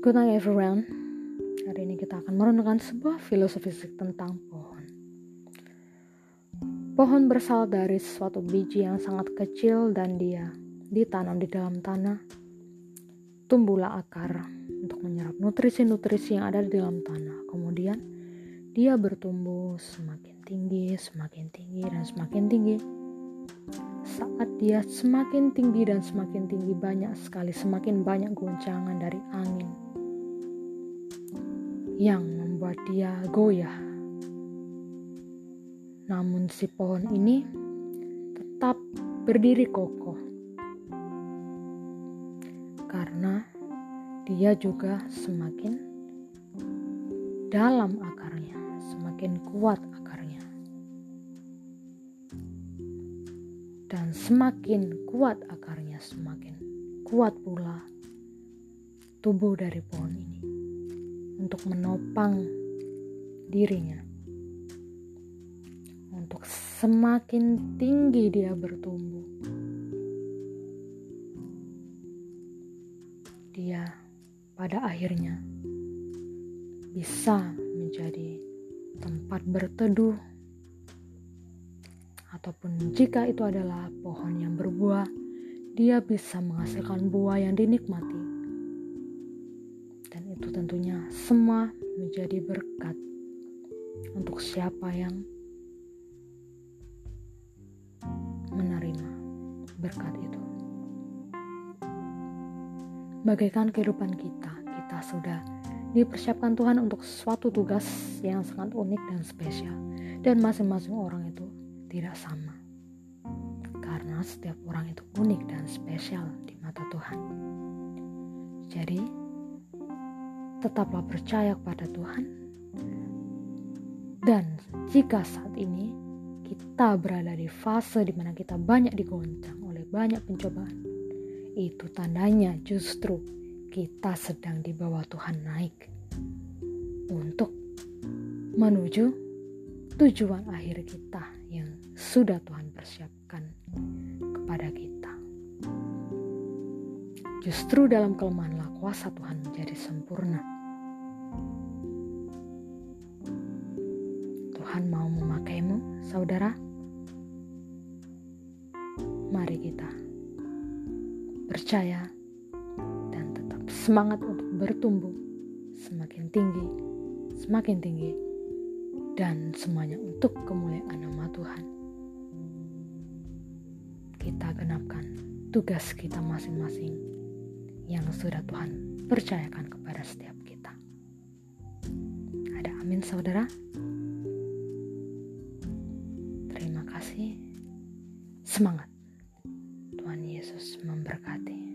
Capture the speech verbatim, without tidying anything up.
Good night everyone. Hari ini kita akan merenungkan sebuah filosofi tentang pohon. Pohon berasal dari suatu biji yang sangat kecil dan dia ditanam di dalam tanah. Tumbuhlah akar untuk menyerap nutrisi-nutrisi yang ada di dalam tanah. Kemudian dia bertumbuh semakin tinggi, semakin tinggi, dan semakin tinggi. Saat dia semakin tinggi dan semakin tinggi, banyak sekali, semakin banyak goncangan dari angin yang membuat dia goyah. Namun si pohon ini tetap berdiri kokoh karena dia juga semakin dalam akarnya, semakin kuat akarnya. Dan semakin kuat akarnya, semakin kuat pula tubuh dari pohon ini untuk menopang dirinya. Untuk semakin tinggi dia bertumbuh. Dia pada akhirnya bisa menjadi tempat berteduh. Ataupun jika itu adalah pohon yang berbuah, dia bisa menghasilkan buah yang dinikmati. Dan itu tentunya semua menjadi berkat untuk siapa yang menerima berkat itu. Bagaikan kehidupan kita, kita sudah dipersiapkan Tuhan untuk suatu tugas yang sangat unik dan spesial. Dan masing-masing orang itu tidak sama, karena setiap orang itu unik dan spesial di mata Tuhan. Jadi tetaplah percaya kepada Tuhan, dan jika saat ini kita berada di fase di mana kita banyak digoncang oleh banyak pencobaan, itu tandanya justru kita sedang dibawa Tuhan naik untuk menuju tujuan akhir kita yang sudah Tuhan persiapkan kepada kita. Justru dalam kelemahanlah kuasa Tuhan menjadi sempurna. Tuhan mau memakaimu, saudara. Mari kita percaya dan tetap semangat untuk bertumbuh semakin tinggi, semakin tinggi, dan semuanya untuk kemuliaan nama Tuhan. Kita genapkan tugas kita masing-masing yang sudah Tuhan percayakan kepada setiap kita. Ada amin, saudara? Terima kasih. Semangat. Tuhan Yesus memberkati.